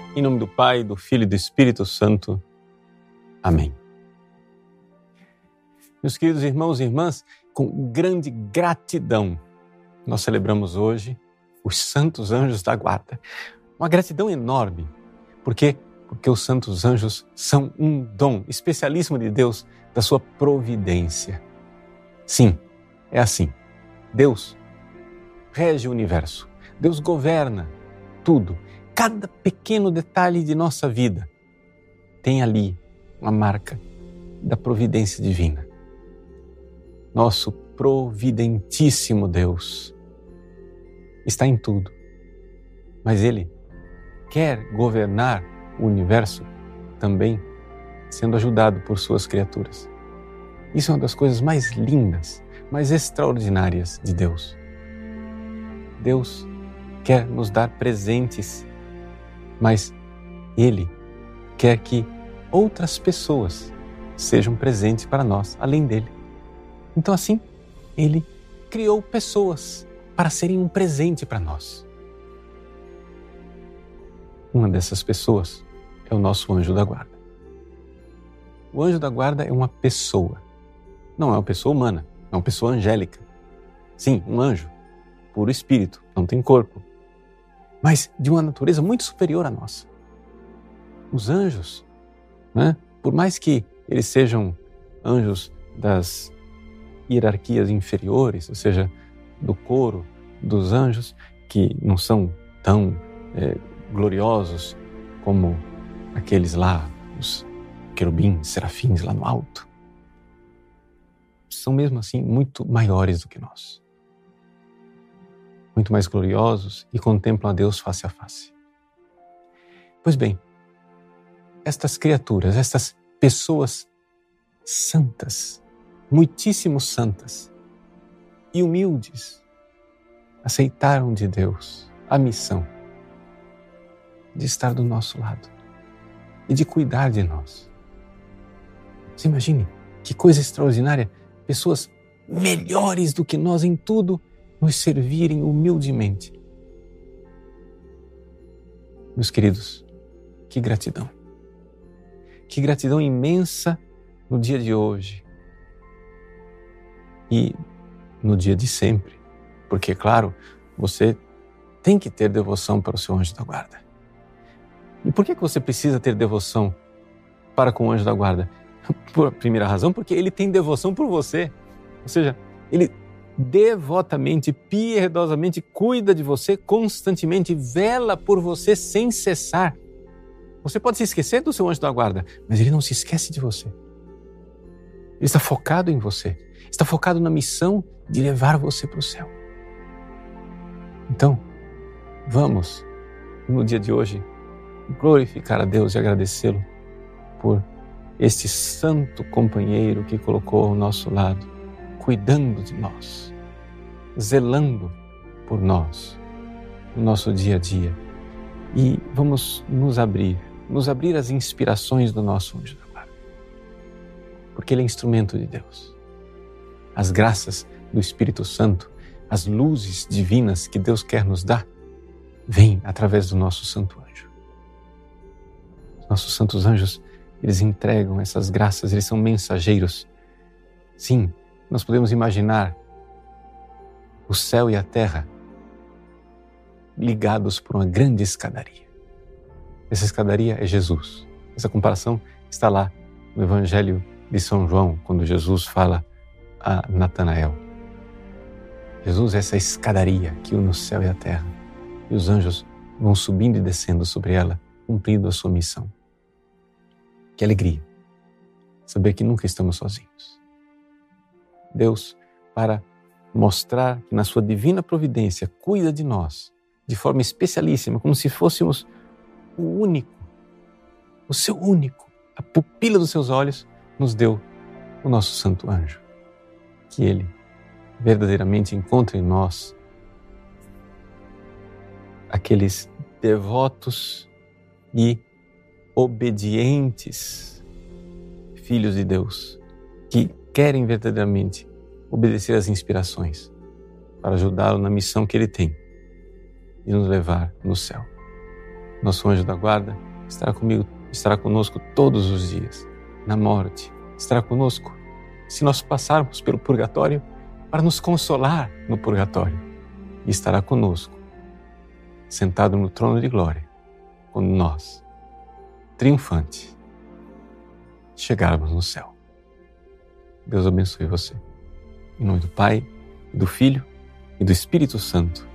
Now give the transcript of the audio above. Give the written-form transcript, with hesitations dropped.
Em nome do Pai, do Filho e do Espírito Santo. Amém. Meus queridos irmãos e irmãs, com grande gratidão, nós celebramos hoje os Santos Anjos da Guarda. Uma gratidão enorme. Por quê? Porque os Santos Anjos são um dom especialíssimo de Deus, da sua providência. Sim, é assim. Deus rege o universo. Deus governa tudo. Cada pequeno detalhe de nossa vida tem ali uma marca da providência divina. Nosso providentíssimo Deus está em tudo, mas Ele quer governar o universo também sendo ajudado por suas criaturas. Isso é uma das coisas mais lindas, mais extraordinárias de Deus. Deus quer nos dar presentes, mas Ele quer que outras pessoas sejam presentes para nós, além dele. Então assim, Ele criou pessoas para serem um presente para nós. Uma dessas pessoas é o nosso anjo da guarda. O anjo da guarda é uma pessoa. Não é uma pessoa humana, é uma pessoa angélica. Sim, um anjo, puro espírito, não tem corpo, mas de uma natureza muito superior à nossa. Os anjos, por mais que eles sejam anjos das hierarquias inferiores, ou seja, do coro dos anjos, que não são tão gloriosos como aqueles lá, os querubins, serafins lá no alto, são mesmo assim muito maiores do que nós, muito mais gloriosos e contemplam a Deus face a face. Pois bem, estas criaturas, estas pessoas santas, muitíssimo santas e humildes, aceitaram de Deus a missão de estar do nosso lado e de cuidar de nós. Você imagine que coisa extraordinária, pessoas melhores do que nós em tudo, nos servirem humildemente. Meus queridos, que gratidão! Que gratidão imensa no dia de hoje e no dia de sempre. Porque, claro, você tem que ter devoção para o seu anjo da guarda. E por que você precisa ter devoção para com o anjo da guarda? Por primeira razão, porque ele tem devoção por você. Ou seja, ele devotamente, piedosamente cuida de você constantemente, vela por você sem cessar. Você pode se esquecer do seu anjo da guarda, mas ele não se esquece de você. Ele está focado em você, está focado na missão de levar você para o céu. Então, vamos, no dia de hoje, glorificar a Deus e agradecê-lo por este santo companheiro que colocou ao nosso lado, cuidando de nós, zelando por nós, no nosso dia a dia. E vamos nos abrir às inspirações do nosso anjo da guarda, porque ele é instrumento de Deus. As graças do Espírito Santo, as luzes divinas que Deus quer nos dar, vêm através do nosso santo anjo. Os nossos santos anjos, eles entregam essas graças, eles são mensageiros. Sim, nós podemos imaginar o céu e a terra ligados por uma grande escadaria. Essa escadaria é Jesus. Essa comparação está lá no Evangelho de São João, quando Jesus fala a Natanael. Jesus é essa escadaria que une o céu e a terra, e os anjos vão subindo e descendo sobre ela, cumprindo a sua missão. Que alegria saber que nunca estamos sozinhos. Deus, para mostrar que na sua divina providência cuida de nós de forma especialíssima, como se fôssemos o único, o seu único, a pupila dos seus olhos, nos deu o nosso santo anjo. Que ele verdadeiramente encontre em nós aqueles devotos e obedientes filhos de Deus que querem verdadeiramente obedecer às inspirações para ajudá-lo na missão que ele tem de nos levar no céu. Nosso anjo da guarda estará conosco todos os dias. Na morte, estará conosco se nós passarmos pelo purgatório para nos consolar no purgatório. E estará conosco, sentado no trono de glória, quando nós, triunfantes, chegarmos no céu. Deus abençoe você. Em nome do Pai, do Filho e do Espírito Santo.